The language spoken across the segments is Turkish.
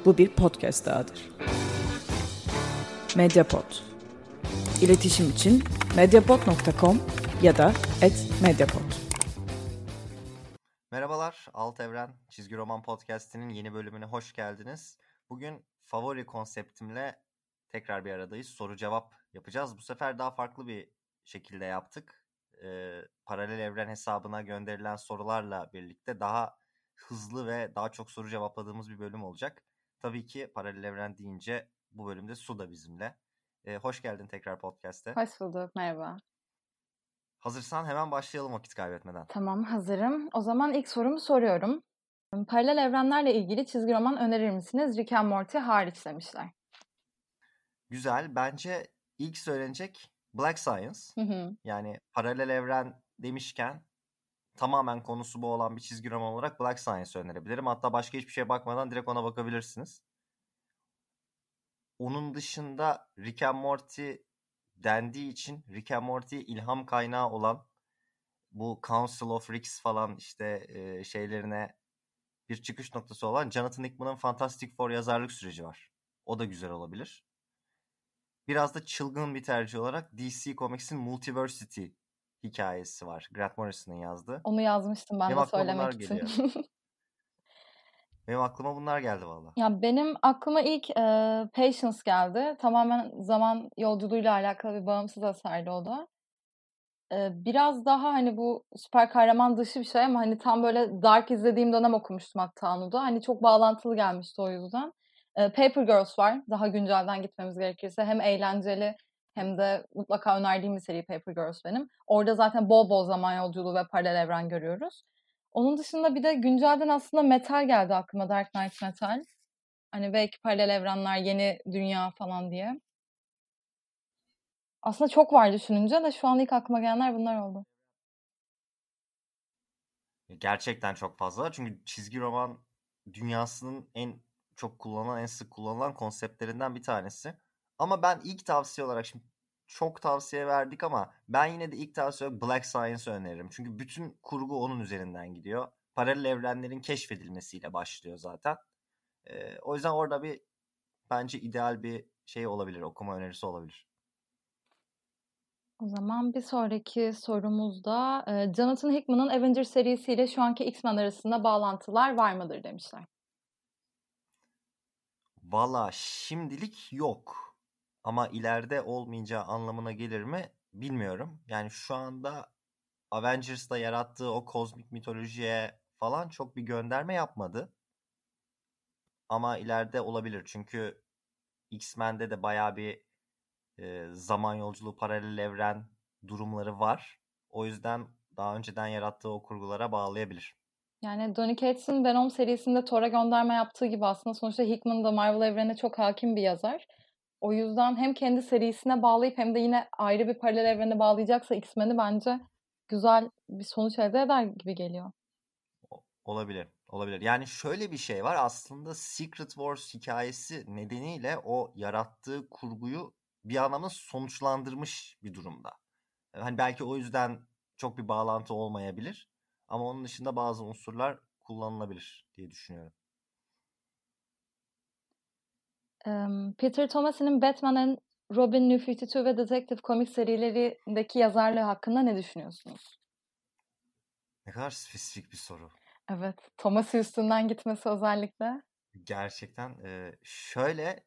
Bu bir podcast dahadır. Mediapod. İletişim için mediapod.com ya da @mediapod. Merhabalar, Alt Evren Çizgi Roman Podcast'inin yeni bölümüne hoş geldiniz. Bugün favori konseptimle tekrar bir aradayız. Soru cevap yapacağız. Bu sefer daha farklı bir şekilde yaptık. Paralel evren hesabına gönderilen sorularla birlikte daha hızlı ve daha çok soru cevapladığımız bir bölüm olacak. Tabii ki paralel evren deyince bu bölümde Su da bizimle. Hoş geldin tekrar podcast'e. Hoş bulduk, merhaba. Hazırsan hemen başlayalım vakit kaybetmeden. Tamam, hazırım. O zaman ilk sorumu soruyorum. Paralel evrenlerle ilgili çizgi roman önerir misiniz? Rick and Morty hariç demişler. Güzel. Bence ilk söylenecek Black Science. Yani paralel evren demişken tamamen konusu bu olan bir çizgi roman olarak Black Science önerebilirim. Hatta başka hiçbir şeye bakmadan direkt ona bakabilirsiniz. Onun dışında Rick and Morty dendiği için Rick and Morty ilham kaynağı olan bu Council of Ricks falan işte şeylerine bir çıkış noktası olan Jonathan Hickman'ın Fantastic Four yazarlık süreci var. O da güzel olabilir. Biraz da çılgın bir tercih olarak DC Comics'in Multiversity hikayesi var. Grant Morrison'ın yazdığı. Onu yazmıştım ben de söylemek için. Benim aklıma bunlar geldi valla. Ya benim aklıma ilk Patience geldi. Tamamen zaman yolculuğuyla alakalı bir bağımsız eserdi o da. Biraz daha hani bu süper kahraman dışı bir şey ama hani tam böyle Dark izlediğim dönem okumuştum hatta onu da. Hani çok bağlantılı gelmişti o yüzden. Paper Girls var. Daha güncelden gitmemiz gerekirse. Hem eğlenceli hem de mutlaka önerdiğim bir seri Paper Girls benim. Orada zaten bol bol zaman yolculuğu ve paralel evren görüyoruz. Onun dışında bir de güncelden aslında Metal geldi aklıma. Dark Knight Metal. Hani belki paralel evrenler, yeni dünya falan diye. Aslında çok var düşününce de şu an ilk aklıma gelenler bunlar oldu. Gerçekten çok fazla. Çünkü çizgi roman dünyasının en çok kullanılan, en sık kullanılan konseptlerinden bir tanesi. Ama ben ilk tavsiye olarak şimdi çok tavsiye verdik ama ben yine de ilk tavsiye olarak Black Science öneririm. Çünkü bütün kurgu onun üzerinden gidiyor. Paralel evrenlerin keşfedilmesiyle başlıyor zaten. O yüzden orada bir bence ideal bir şey olabilir, okuma önerisi olabilir. O zaman bir sonraki sorumuzda Jonathan Hickman'ın Avengers serisiyle şu anki X-Men arasında bağlantılar var mıdır demişler. Valla şimdilik yok. Ama ileride olmayacağı anlamına gelir mi bilmiyorum. Yani şu anda Avengers'ta yarattığı o kozmik mitolojiye falan çok bir gönderme yapmadı. Ama ileride olabilir. Çünkü X-Men'de de bayağı bir zaman yolculuğu, paralel evren durumları var. O yüzden daha önceden yarattığı o kurgulara bağlayabilir. Yani Donny Cates'in Venom serisinde Thor'a gönderme yaptığı gibi aslında sonuçta Hickman da Marvel evrenine çok hakim bir yazar. O yüzden hem kendi serisine bağlayıp hem de yine ayrı bir paralel evrene bağlayacaksa X-Men'i bence güzel bir sonuç elde eder gibi geliyor. Olabilir. Olabilir. Yani şöyle bir şey var. Aslında Secret Wars hikayesi nedeniyle o yarattığı kurguyu bir anlamda sonuçlandırmış bir durumda. Hani belki o yüzden çok bir bağlantı olmayabilir. Ama onun dışında bazı unsurlar kullanılabilir diye düşünüyorum. Peter Tomasi'nin Batman and Robin, New 52 ve Detective Comics serilerindeki yazarlığı hakkında ne düşünüyorsunuz? Ne kadar spesifik bir soru. Evet, Tomasi üstünden gitmesi özellikle. Gerçekten şöyle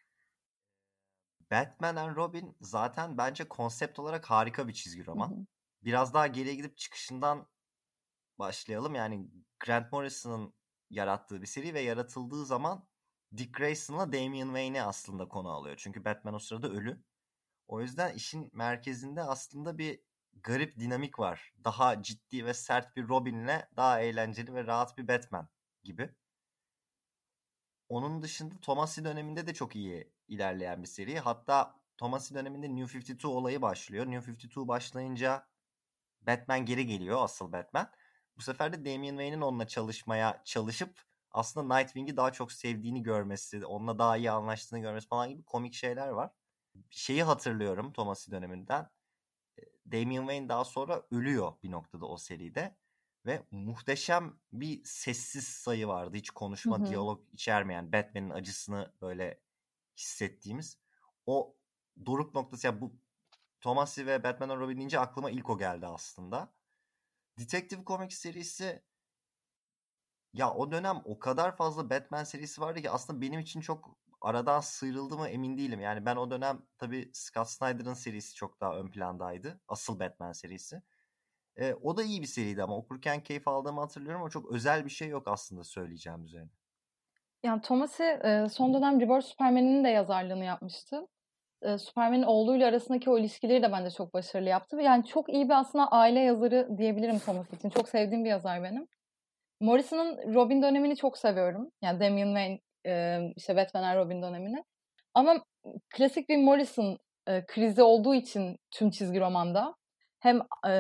Batman and Robin zaten bence konsept olarak harika bir çizgi roman. Biraz daha geriye gidip çıkışından başlayalım. Yani Grant Morrison'ın yarattığı bir seri ve yaratıldığı zaman Dick Grayson'la Damian Wayne'i aslında konu alıyor. Çünkü Batman o sırada ölü. O yüzden işin merkezinde aslında bir garip dinamik var. Daha ciddi ve sert bir Robin'le daha eğlenceli ve rahat bir Batman gibi. Onun dışında Tomasi döneminde de çok iyi ilerleyen bir seri. Hatta Tomasi döneminde New 52 olayı başlıyor. New 52 başlayınca Batman geri geliyor, asıl Batman. Bu sefer de Damian Wayne'in onunla çalışmaya çalışıp aslında Nightwing'i daha çok sevdiğini görmesi, onunla daha iyi anlaştığını görmesi falan gibi komik şeyler var. Şeyi hatırlıyorum Tomasi döneminden. Damian Wayne daha sonra ölüyor bir noktada o seride. Ve muhteşem bir sessiz sayı vardı. Hiç Hı konuşma, hı. diyalog içermeyen, Batman'in acısını böyle hissettiğimiz. O doruk noktası, ya bu Thomas Lee ve Batman and Robin deyince aklıma ilk o geldi aslında. Detective Comics serisi, ya o dönem o kadar fazla Batman serisi vardı ki aslında benim için çok aradan sıyrıldı mı emin değilim. Yani ben o dönem tabii Scott Snyder'ın serisi çok daha ön plandaydı. Asıl Batman serisi. O da iyi bir seriydi ama okurken keyif aldığımı hatırlıyorum. O çok özel bir şey yok aslında söyleyeceğim üzerine. Yani Thomas'i son dönem Rebirth Superman'in de yazarlığını yapmıştı. Superman'in oğluyla arasındaki o ilişkileri de bence çok başarılı yaptı. Ve yani çok iyi bir aslında aile yazarı diyebilirim Thomas için. Çok sevdiğim bir yazar benim. Morrison'ın Robin dönemini çok seviyorum. Yani Damian Wayne, işte Batman and Robin dönemini. Ama klasik bir Morrison krizi olduğu için tüm çizgi romanda hem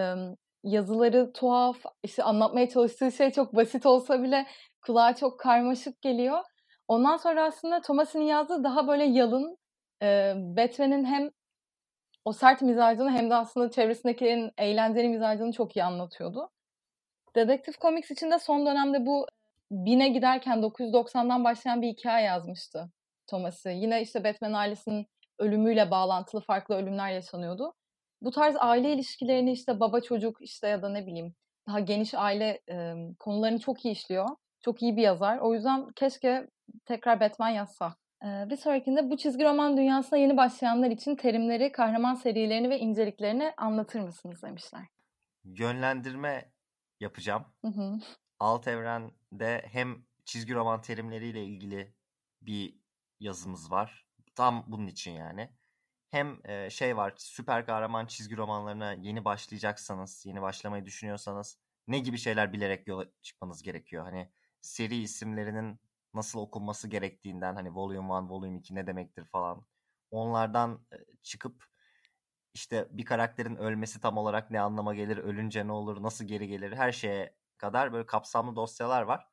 yazıları tuhaf, işte anlatmaya çalıştığı şey çok basit olsa bile kulağa çok karmaşık geliyor. Ondan sonra aslında Thomas'ın yazdığı daha böyle yalın, Batman'in hem o sert mizacını hem de aslında çevresindekilerin eğlenceli mizacını çok iyi anlatıyordu. Dedektif Comics için de son dönemde bu Bin'e giderken 990'dan başlayan bir hikaye yazmıştı Thomas'ı. Yine işte Batman ailesinin ölümüyle bağlantılı farklı ölümler yaşanıyordu. Bu tarz aile ilişkilerini işte baba çocuk işte ya da ne bileyim daha geniş aile konularını çok iyi işliyor. Çok iyi bir yazar. O yüzden keşke tekrar Batman yazsa. Bir sonrakinde bu çizgi roman dünyasına yeni başlayanlar için terimleri, kahraman serilerini ve inceliklerini anlatır mısınız demişler. Yönlendirme yapacağım. Hı hı. Alt Evren'de hem çizgi roman terimleriyle ilgili bir yazımız var. Tam bunun için yani. Hem şey var, süper kahraman çizgi romanlarına yeni başlayacaksanız, yeni başlamayı düşünüyorsanız ne gibi şeyler bilerek yola çıkmanız gerekiyor? Hani seri isimlerinin nasıl okunması gerektiğinden, hani Volume 1, Volume 2 ne demektir falan. Onlardan çıkıp işte bir karakterin ölmesi tam olarak ne anlama gelir, ölünce ne olur, nasıl geri gelir, her şeye kadar böyle kapsamlı dosyalar var.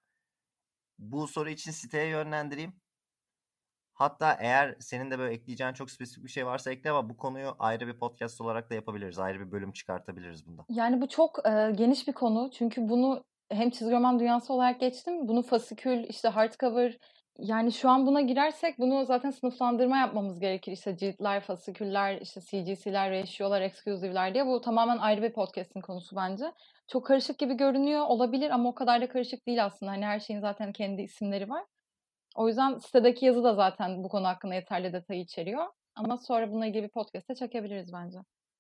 Bu soru için siteye yönlendireyim. Hatta eğer senin de böyle ekleyeceğin çok spesifik bir şey varsa ekle, ama bu konuyu ayrı bir podcast olarak da yapabiliriz. Ayrı bir bölüm çıkartabiliriz bunda. Yani bu çok geniş bir konu. Çünkü bunu hem çizgi roman dünyası olarak geçtim. Bunu fasikül, işte hardcover, yani şu an buna girersek bunu zaten sınıflandırma yapmamız gerekir. İşte ciltler, fasiküller, işte CGC'ler, ratio'lar, exclusive'ler diye. Bu tamamen ayrı bir podcast'in konusu bence. Çok karışık gibi görünüyor olabilir ama o kadar da karışık değil aslında. Hani her şeyin zaten kendi isimleri var. O yüzden sitedeki yazı da zaten bu konu hakkında yeterli detayı içeriyor. Ama sonra bununla ilgili bir podcast'e çekebiliriz bence.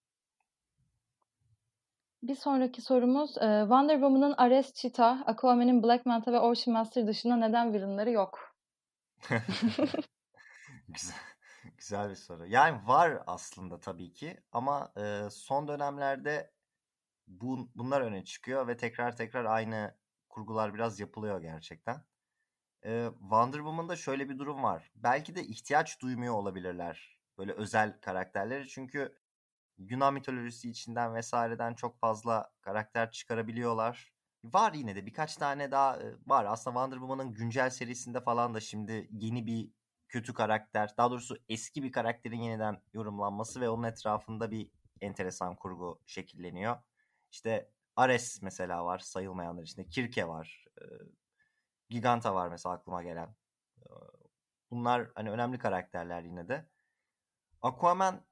Bir sonraki sorumuz, Wonder Woman'ın Ares Cheetah, Aquaman'in Black Manta ve Ocean Master dışında neden villainları yok? Güzel, güzel bir soru. Yani var aslında tabii ki, ama son dönemlerde bunlar öne çıkıyor ve tekrar tekrar aynı kurgular biraz yapılıyor gerçekten. Wonder Woman'da şöyle bir durum var. Belki de ihtiyaç duymuyor olabilirler böyle özel karakterleri. Çünkü Yunan mitolojisi içinden vesaireden çok fazla karakter çıkarabiliyorlar. Var yine de birkaç tane daha var. Aslında Wonder Woman'ın güncel serisinde falan da şimdi yeni bir kötü karakter, daha doğrusu eski bir karakterin yeniden yorumlanması ve onun etrafında bir enteresan kurgu şekilleniyor. İşte Ares mesela var sayılmayanlar içinde. Kirke var. Giganta var mesela aklıma gelen. Bunlar hani önemli karakterler yine de. Aquaman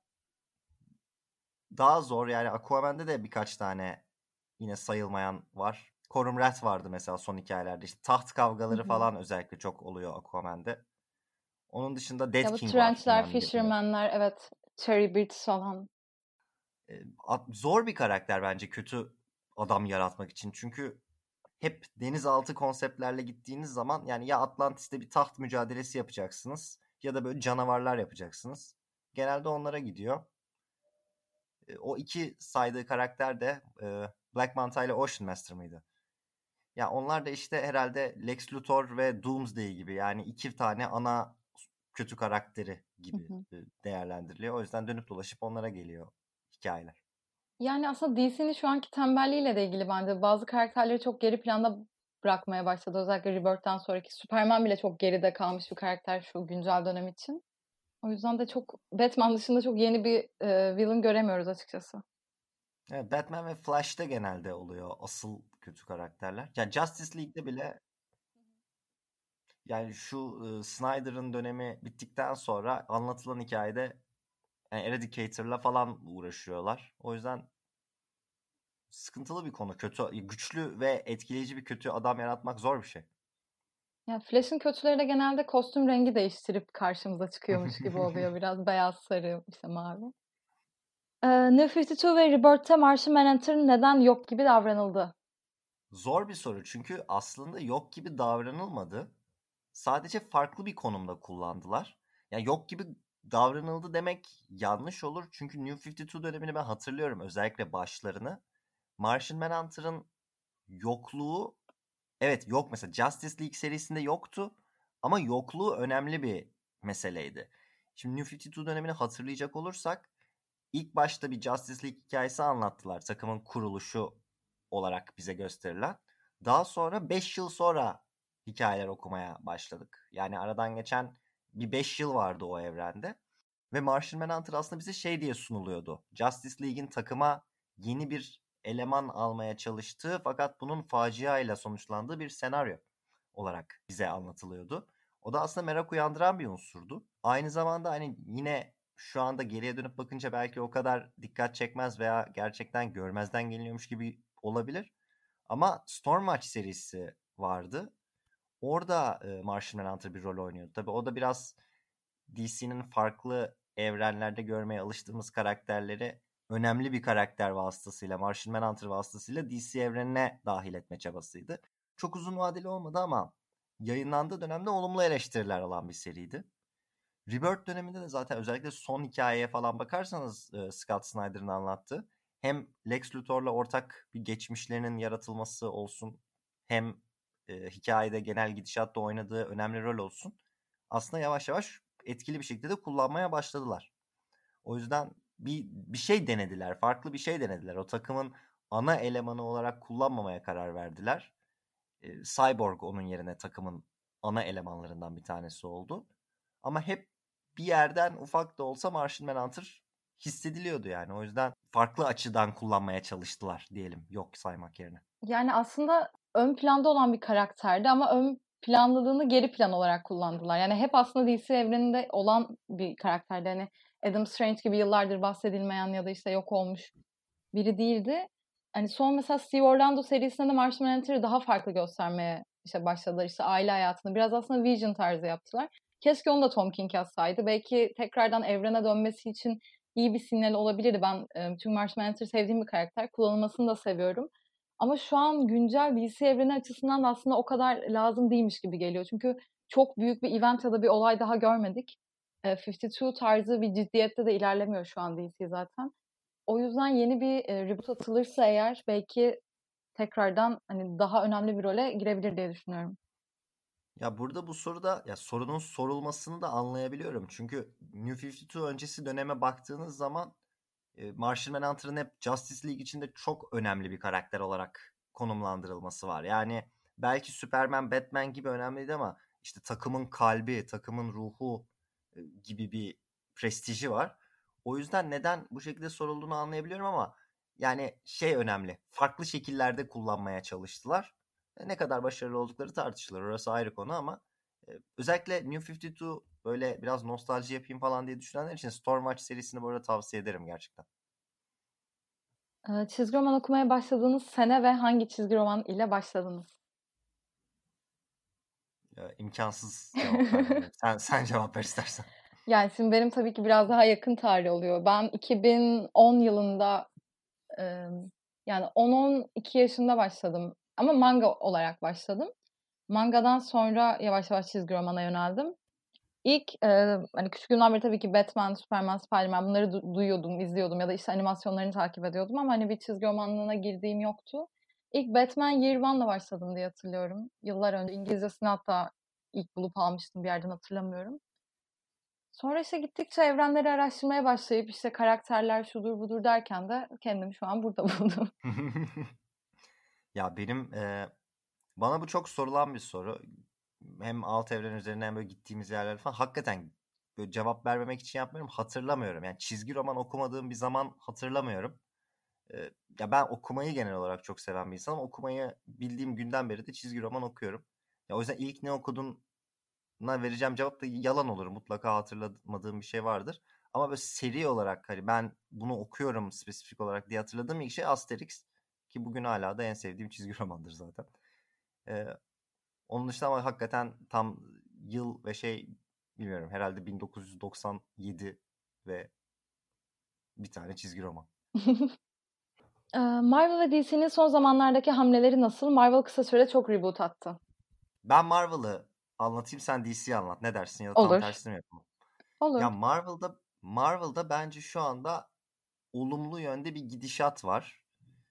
daha zor, yani Aquaman'de de birkaç tane yine sayılmayan var. Corum Rat vardı mesela son hikayelerde. İşte taht kavgaları falan özellikle çok oluyor Aquaman'de. Onun dışında Dead Ya bu King var Trench'ler, önemli bir. Fisherman'ler, evet, Cherry Birds falan. Zor bir karakter bence kötü adam yaratmak için. Çünkü hep denizaltı konseptlerle gittiğiniz zaman yani ya Atlantis'te bir taht mücadelesi yapacaksınız ya da böyle canavarlar yapacaksınız. Genelde onlara gidiyor. O iki saydığı karakter de Black Manta ile Ocean Master mıydı? Ya onlar da işte herhalde Lex Luthor ve Doomsday gibi, yani iki tane ana kötü karakteri gibi değerlendiriliyor. O yüzden dönüp dolaşıp onlara geliyor hikayeler. Yani aslında DC'nin şu anki tembelliğiyle de ilgili bence. Bazı karakterleri çok geri planda bırakmaya başladı. Özellikle Rebirth'ten sonraki Superman bile çok geride kalmış bir karakter şu güncel dönem için. O yüzden de çok Batman dışında çok yeni bir villain göremiyoruz açıkçası. Evet, Batman ve Flash'ta genelde oluyor asıl kötü karakterler. Yani Justice League'de bile yani şu Snyder'ın dönemi bittikten sonra anlatılan hikayede yani Eradicator'la falan uğraşıyorlar. O yüzden sıkıntılı bir konu. Güçlü ve etkileyici bir kötü adam yaratmak zor bir şey. Ya Flash'ın kötüleri de genelde kostüm rengi değiştirip karşımıza çıkıyormuş gibi oluyor. Biraz beyaz, sarı, işte mavi. New 52 ve Rebirth'te Martian Manhunter neden yok gibi davranıldı? Zor bir soru çünkü aslında yok gibi davranılmadı. Sadece farklı bir konumda kullandılar. Yani yok gibi davranıldı demek yanlış olur. Çünkü New 52 dönemini ben hatırlıyorum, özellikle başlarını. Martian Manhunter'ın yokluğu, evet yok, mesela Justice League serisinde yoktu ama yokluğu önemli bir meseleydi. Şimdi New 52 dönemini hatırlayacak olursak ilk başta bir Justice League hikayesi anlattılar, takımın kuruluşu olarak bize gösterilen. Daha sonra 5 yıl sonra hikayeler okumaya başladık. Yani aradan geçen bir 5 yıl vardı o evrende. Ve Martian Manhunter aslında bize şey diye sunuluyordu: Justice League'in takıma yeni bir eleman almaya çalıştığı fakat bunun facia ile sonuçlandığı bir senaryo olarak bize anlatılıyordu. O da aslında merak uyandıran bir unsurdu. Aynı zamanda hani yine şu anda geriye dönüp bakınca belki o kadar dikkat çekmez veya gerçekten görmezden geliniyormuş gibi olabilir. Ama Stormwatch serisi vardı. Orada Martian Manhunter bir rol oynuyordu. Tabii o da biraz DC'nin farklı evrenlerde görmeye alıştığımız karakterleri önemli bir karakter vasıtasıyla, Martian Manhunter vasıtasıyla DC evrenine dahil etme çabasıydı. Çok uzun vadeli olmadı ama yayınlandığı dönemde olumlu eleştiriler alan bir seriydi. Rebirth döneminde de zaten özellikle son hikayeye falan bakarsanız Scott Snyder'ın anlattığı, hem Lex Luthor'la ortak bir geçmişlerinin yaratılması olsun, hem hikayede genel gidişatta oynadığı önemli rol olsun, aslında yavaş yavaş etkili bir şekilde de kullanmaya başladılar. O yüzden bir şey denediler, farklı bir şey denediler. O takımın ana elemanı olarak kullanmamaya karar verdiler. Cyborg onun yerine takımın ana elemanlarından bir tanesi oldu. Ama hep bir yerden ufak da olsa Martian Manhunter hissediliyordu yani. O yüzden farklı açıdan kullanmaya çalıştılar diyelim, yok saymak yerine. Yani aslında ön planda olan bir karakterdi ama ön planlılığını geri plan olarak kullandılar. Yani hep aslında DC evreninde olan bir karakterdi. Hani Adam Strange gibi yıllardır bahsedilmeyen ya da işte yok olmuş biri değildi. Hani son mesela Steve Orlando serisinde de Martian Manhunter'ı daha farklı göstermeye işte başladılar. İşte aile hayatını biraz aslında Vision tarzı yaptılar. Keşke onu da Tom King yazsaydı. Belki tekrardan evrene dönmesi için iyi bir sinyal olabilirdi. Ben çünkü Martian Manhunter'ı sevdiğim bir karakter. Kullanılmasını da seviyorum. Ama şu an güncel DC evreni açısından da aslında o kadar lazım değilmiş gibi geliyor. Çünkü çok büyük bir event ya da bir olay daha görmedik. 52 tarzı bir ciddiyette de ilerlemiyor şu an DC zaten. O yüzden yeni bir reboot atılırsa eğer belki tekrardan hani daha önemli bir role girebilir diye düşünüyorum. Ya burada bu soruda, ya sorunun sorulmasını da anlayabiliyorum. Çünkü New 52 öncesi döneme baktığınız zaman Martian Manhunter'ın hep Justice League içinde çok önemli bir karakter olarak konumlandırılması var. Yani belki Superman, Batman gibi önemliydi ama işte takımın kalbi, takımın ruhu gibi bir prestiji var. O yüzden neden bu şekilde sorulduğunu anlayabiliyorum ama yani şey önemli: farklı şekillerde kullanmaya çalıştılar. Ne kadar başarılı oldukları tartışılır. Orası ayrı konu ama özellikle New 52 böyle biraz nostalji yapayım falan diye düşünenler için Stormwatch serisini bu arada tavsiye ederim gerçekten. Çizgi roman okumaya başladığınız sene ve hangi çizgi roman ile başladınız? İmkansız cevap vermem. Sen cevap ver istersen. Yani şimdi benim tabii ki biraz daha yakın tarih oluyor. Ben 2010 yılında e, yani 10-12 yaşında başladım. Ama manga olarak başladım. Mangadan sonra yavaş yavaş çizgi romana yöneldim. İlk hani küçüklüğümden beri tabii ki Batman, Superman, Spider-Man bunları duyuyordum, izliyordum ya da işte animasyonlarını takip ediyordum ama hani bir çizgi romanına girdiğim yoktu. İlk Batman Year One'la başladım diye hatırlıyorum. Yıllar önce İngilizcesini hatta ilk bulup almıştım bir yerden, hatırlamıyorum. Sonra işte gittikçe evrenleri araştırmaya başlayıp işte karakterler şudur budur derken de kendimi şu an burada buldum. Ya benim bana bu çok sorulan bir soru. Hem alt evren üzerine hem böyle gittiğimiz yerler falan. Hakikaten böyle cevap vermemek için yapmıyorum. Hatırlamıyorum. Yani çizgi roman okumadığım bir zaman hatırlamıyorum. Ya ben okumayı genel olarak çok seven bir insanım. Okumayı bildiğim günden beri de çizgi roman okuyorum. Ya o yüzden ilk ne okuduğuna vereceğim cevap da yalan olur. Mutlaka hatırlamadığım bir şey vardır. Ama böyle seri olarak hani ben bunu okuyorum spesifik olarak diye hatırladığım ilk şey Asterix. Ki bugün hala da en sevdiğim çizgi romandır zaten. Ee, Onun dışında ama hakikaten tam yıl ve şey bilmiyorum. Herhalde 1997 ve bir tane çizgi roman. Marvel ve DC'nin son zamanlardaki hamleleri nasıl? Marvel kısa sürede çok reboot attı. Ben Marvel'ı anlatayım, sen DC'yi anlat. Ne dersin, ya da tam Olur. tersini mi yapalım? Olur. Ya Marvel'da bence şu anda olumlu yönde bir gidişat var.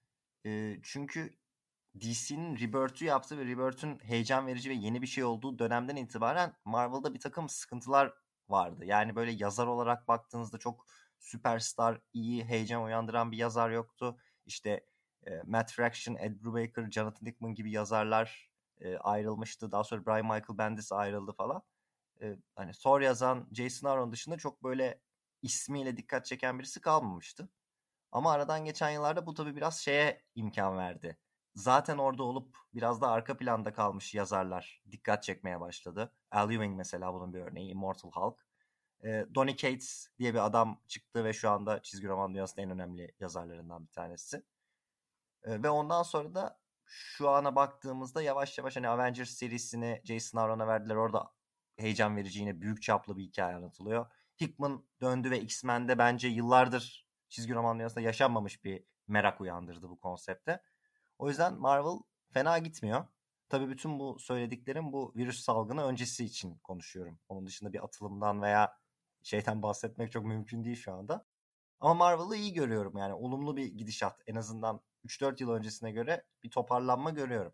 Çünkü DC'nin Rebirth'ü yaptı ve Rebirth'ün heyecan verici ve yeni bir şey olduğu dönemden itibaren Marvel'da bir takım sıkıntılar vardı. Yani böyle yazar olarak baktığınızda çok süperstar, iyi, heyecan uyandıran bir yazar yoktu. İşte Matt Fraction, Ed Brubaker, Jonathan Hickman gibi yazarlar ayrılmıştı. Daha sonra Brian Michael Bendis ayrıldı falan. Hani Thor yazan Jason Aaron dışında çok böyle ismiyle dikkat çeken birisi kalmamıştı. Ama aradan geçen yıllarda bu tabii biraz şeye imkan verdi. Zaten orada olup biraz da arka planda kalmış yazarlar dikkat çekmeye başladı. Al Ewing mesela bunun bir örneği. Immortal Hulk. Donny Cates diye bir adam çıktı ve şu anda çizgi roman dünyasının en önemli yazarlarından bir tanesi. Ve ondan sonra da şu ana baktığımızda yavaş yavaş hani Avengers serisini Jason Aaron'a verdiler. Orada heyecan verici, yine büyük çaplı bir hikaye anlatılıyor. Hickman döndü ve X-Men'de bence yıllardır çizgi roman dünyasında yaşanmamış bir merak uyandırdı bu konsepte. O yüzden Marvel fena gitmiyor. Tabii bütün bu söylediklerim bu virüs salgını öncesi için konuşuyorum. Onun dışında bir atılımdan veya şeyden bahsetmek çok mümkün değil şu anda. Ama Marvel'ı iyi görüyorum, yani olumlu bir gidişat. En azından 3-4 yıl öncesine göre bir toparlanma görüyorum.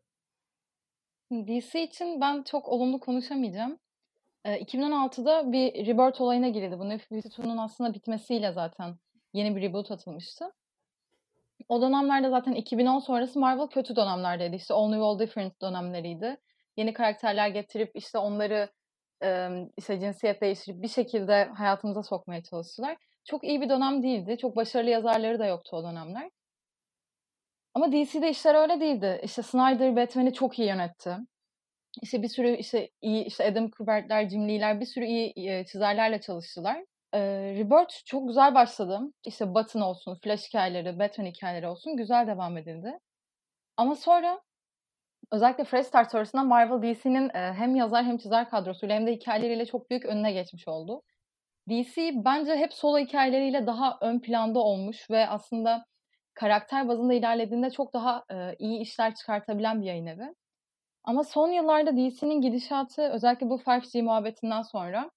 DC için ben çok olumlu konuşamayacağım. 2016'da bir Rebirth olayına girildi. Bu Nefertiti'nin aslında bitmesiyle zaten yeni bir reboot atılmıştı. O dönemlerde zaten 2010 sonrası Marvel kötü dönemlerdeydi. İşte All New All Different dönemleriydi. Yeni karakterler getirip işte onları işte cinsiyet değiştirip bir şekilde hayatımıza sokmaya çalıştılar. Çok iyi bir dönem değildi. Çok başarılı yazarları da yoktu o dönemler. Ama DC'de işler öyle değildi. İşte Snyder Batman'i çok iyi yönetti. İşte bir sürü işte iyi işte Adam Kubert'ler, Jim Lee'ler, bir sürü iyi çizerlerle çalıştılar. Rebirth çok güzel başladı. İşte Batman olsun, Flash hikayeleri, Batman hikayeleri olsun güzel devam edildi. Ama sonra özellikle Fresh Start sonrasında Marvel DC'nin hem yazar hem çizer kadrosuyla hem de hikayeleriyle çok büyük önüne geçmiş oldu. DC bence hep solo hikayeleriyle daha ön planda olmuş ve aslında karakter bazında ilerlediğinde çok daha iyi işler çıkartabilen bir yayın evi. Ama son yıllarda DC'nin gidişatı özellikle bu 5G muhabbetinden sonra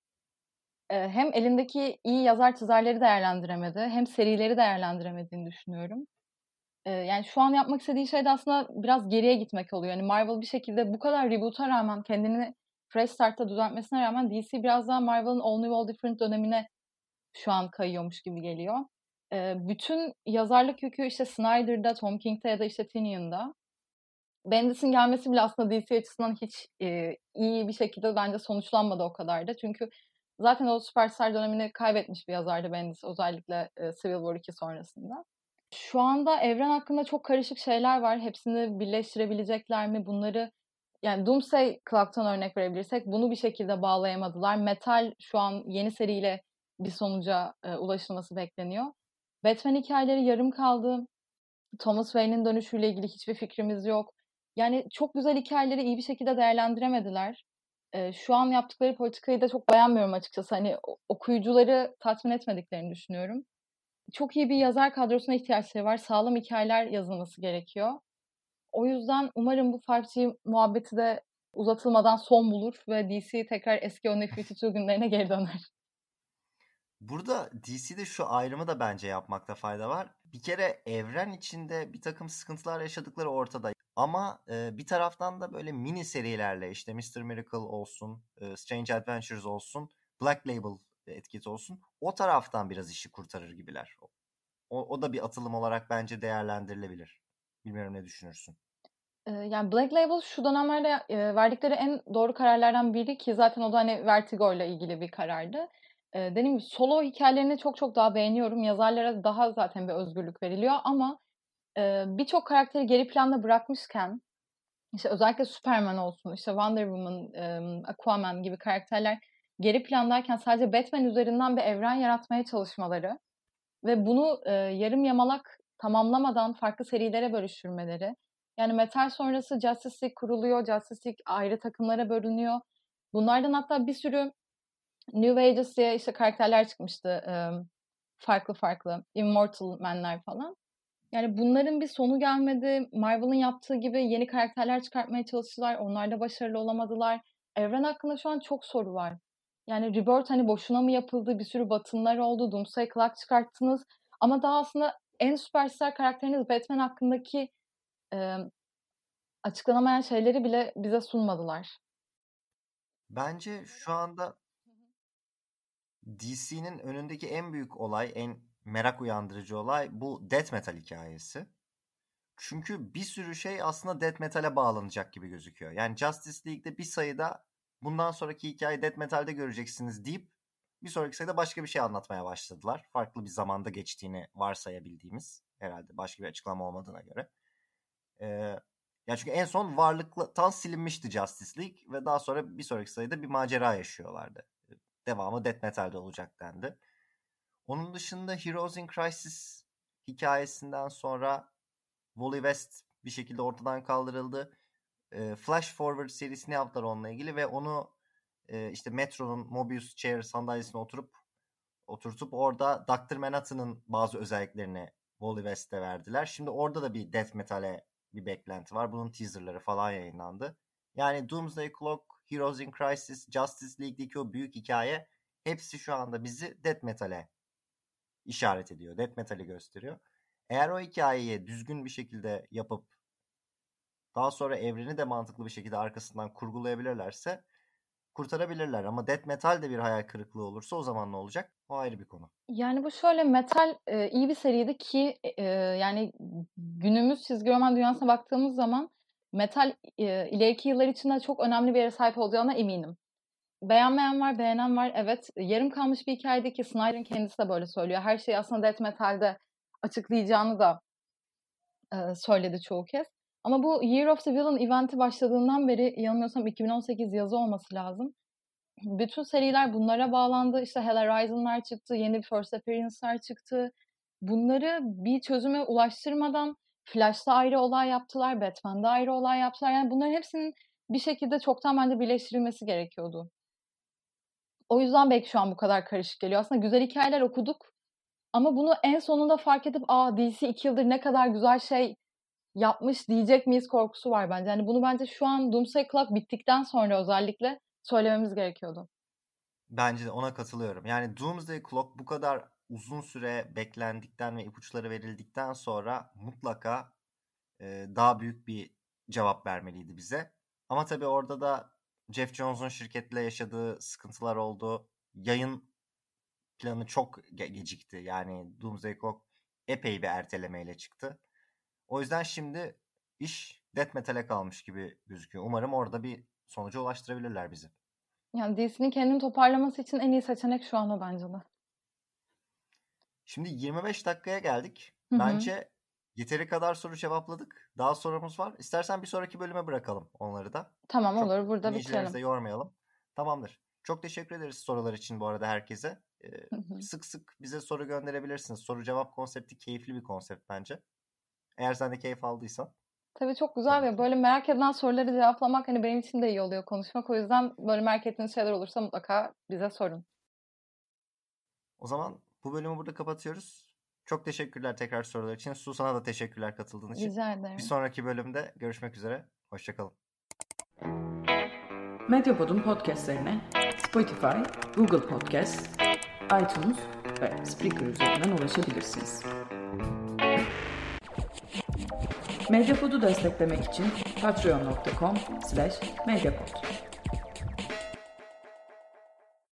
hem elindeki iyi yazar çizerleri değerlendiremedi hem serileri değerlendiremediğini düşünüyorum. Yani şu an yapmak istediği şey de aslında biraz geriye gitmek oluyor. Yani Marvel bir şekilde bu kadar reboot'a rağmen kendini fresh start'ta düzeltmesine rağmen DC biraz daha Marvel'ın All New All Different dönemine şu an kayıyormuş gibi geliyor. Bütün yazarlık yükü işte Snyder'da, Tom King'de ya da işte Tynion'da. Bendis'in gelmesi bile aslında DC açısından hiç iyi bir şekilde bence sonuçlanmadı o kadar da. Çünkü zaten o süperstar dönemini kaybetmiş bir yazardı Bendis özellikle Civil War 2 sonrasında. Şu anda evren hakkında çok karışık şeyler var. Hepsini birleştirebilecekler mi? Bunları yani Doomsday Clock'tan örnek verebilirsek bunu bir şekilde bağlayamadılar. Metal şu an yeni seriyle bir sonuca ulaşılması bekleniyor. Batman hikayeleri yarım kaldı. Thomas Wayne'in dönüşüyle ilgili hiçbir fikrimiz yok. Yani çok güzel hikayeleri iyi bir şekilde değerlendiremediler. Şu an yaptıkları politikayı da çok beğenmiyorum açıkçası. Hani okuyucuları tatmin etmediklerini düşünüyorum. Çok iyi bir yazar kadrosuna ihtiyaçları var. Sağlam hikayeler yazılması gerekiyor. O yüzden umarım bu 5G muhabbeti de uzatılmadan son bulur ve DC tekrar eski o Nefertiti günlerine geri döner. Burada DC'de şu ayrımı da bence yapmakta fayda var. Bir kere evren içinde bir takım sıkıntılar yaşadıkları ortada. Ama bir taraftan da böyle mini serilerle işte Mr. Miracle olsun, Strange Adventures olsun, Black Label etiketi olsun, o taraftan biraz işi kurtarır gibiler. O da bir atılım olarak bence değerlendirilebilir. Bilmiyorum, ne düşünürsün? Yani Black Label şu dönemlerde verdikleri en doğru kararlardan biri ki zaten o da hani Vertigo ile ilgili bir karardı. Dediğim gibi solo hikayelerini çok çok daha beğeniyorum. Yazarlara daha zaten bir özgürlük veriliyor ama birçok karakteri geri planda bırakmışken işte özellikle Superman olsun, işte Wonder Woman, Aquaman gibi karakterler geri plandayken sadece Batman üzerinden bir evren yaratmaya çalışmaları ve bunu yarım yamalak tamamlamadan farklı serilere bölüştürmeleri. Yani Metal sonrası Justice League kuruluyor, Justice League ayrı takımlara bölünüyor. Bunlardan hatta bir sürü New Ages diye işte karakterler çıkmıştı. Farklı farklı. Immortal Man'ler falan. Yani bunların bir sonu gelmedi. Marvel'ın yaptığı gibi yeni karakterler çıkartmaya çalıştılar. Onlar da başarılı olamadılar. Evren hakkında şu an çok soru var. Yani Rebirth hani boşuna mı yapıldı? Bir sürü batınlar oldu. Doomsday Clock çıkarttınız. Ama daha aslında en süperstar karakteriniz Batman hakkındaki açıklanamayan şeyleri bile bize sunmadılar. Bence şu anda DC'nin önündeki en büyük olay, en merak uyandırıcı olay bu Death Metal hikayesi. Çünkü bir sürü şey aslında Death Metal'e bağlanacak gibi gözüküyor. Yani Justice League'de bir sayıda bundan sonraki hikayeyi Death Metal'de göreceksiniz deyip bir sonraki sayıda başka bir şey anlatmaya başladılar. Farklı bir zamanda geçtiğini varsayabildiğimiz, herhalde başka bir açıklama olmadığına göre. Ya çünkü en son varlıktan silinmişti Justice League ve daha sonra bir sonraki sayıda bir macera yaşıyorlardı. Devamı Death Metal'de olacak dendi. Onun dışında Heroes in Crisis hikayesinden sonra Wally West bir şekilde ortadan kaldırıldı. Flash Forward serisini yaptılar onunla ilgili ve onu işte Metro'nun Mobius Chair sandalyesine oturtup orada Dr. Manhattan'ın bazı özelliklerini Wally West'e verdiler. Şimdi orada da bir Death Metal'e bir beklenti var. Bunun teaserları falan yayınlandı. Yani Doomsday Clock, Heroes in Crisis, Justice League'deki o büyük hikaye hepsi şu anda bizi Death Metal'e işaret ediyor. Death Metal'i gösteriyor. Eğer o hikayeyi düzgün bir şekilde yapıp daha sonra evreni de mantıklı bir şekilde arkasından kurgulayabilirlerse kurtarabilirler. Ama Death Metal de bir hayal kırıklığı olursa o zaman ne olacak? O ayrı bir konu. Yani bu şöyle, Metal iyi bir seriydi ki yani günümüz çizgi roman dünyasına baktığımız zaman Metal ileriki yıllar içinde çok önemli bir yere sahip olacağına eminim. Beğenmeyen var, beğenen var. Evet, yarım kalmış bir hikayeydi ki Snyder'ın kendisi de böyle söylüyor. Her şeyi aslında Death Metal'de açıklayacağını da söyledi çoğu kez. Ama bu Year of the Villain eventi başladığından beri yanılmıyorsam 2018 yazı olması lazım. Bütün seriler bunlara bağlandı. İşte Hell Horizon'lar çıktı, yeni First Appearance'lar çıktı. Bunları bir çözüme ulaştırmadan Flash'ta ayrı olay yaptılar, Batman'da ayrı olay yaptılar. Yani bunların hepsinin bir şekilde çoktan bence birleştirilmesi gerekiyordu. O yüzden belki şu an bu kadar karışık geliyor. Aslında güzel hikayeler okuduk ama bunu en sonunda fark edip DC 2 yıldır ne kadar güzel şey yapmış diyecek miyiz korkusu var bence. Yani bunu bence şu an Doomsday Clock bittikten sonra özellikle söylememiz gerekiyordu. Bence de ona katılıyorum. Yani Doomsday Clock bu kadar uzun süre beklendikten ve ipuçları verildikten sonra mutlaka daha büyük bir cevap vermeliydi bize. Ama tabii orada da Jeff Johns'un şirketle yaşadığı sıkıntılar oldu. Yayın planı çok gecikti. Yani Doomsday Clock epey bir ertelemeyle çıktı. O yüzden şimdi iş Death Metal'e kalmış gibi gözüküyor. Umarım orada bir sonuca ulaştırabilirler bizi. Yani DC'nin kendini toparlaması için en iyi seçenek şu an o bence de. Şimdi 25 dakikaya geldik. Hı-hı. Bence yeteri kadar soru cevapladık. Daha sorumuz var. İstersen bir sonraki bölüme bırakalım onları da. Tamam, Çok olur. Burada dinleyicilerimizi de bitirelim. yormayalım. Tamamdır. Çok teşekkür ederiz sorular için bu arada herkese. Sık sık bize soru gönderebilirsiniz. Soru cevap konsepti keyifli bir konsept bence. Eğer sen de keyif aldıysan. Tabii çok güzel ve böyle merak edilen soruları cevaplamak hani benim için de iyi oluyor konuşmak. O yüzden böyle merak ettiğiniz şeyler olursa mutlaka bize sorun. O zaman bu bölümü burada kapatıyoruz. Çok teşekkürler tekrar sorular için. Su, sana da teşekkürler katıldığın için. Rica ederim. Bir sonraki bölümde görüşmek üzere. Hoşçakalın. Medyapod'un podcastlerine Spotify, Google Podcast, iTunes ve Spreaker üzerinden ulaşabilirsiniz. Medyapod'u desteklemek için patreon.com/medyapod.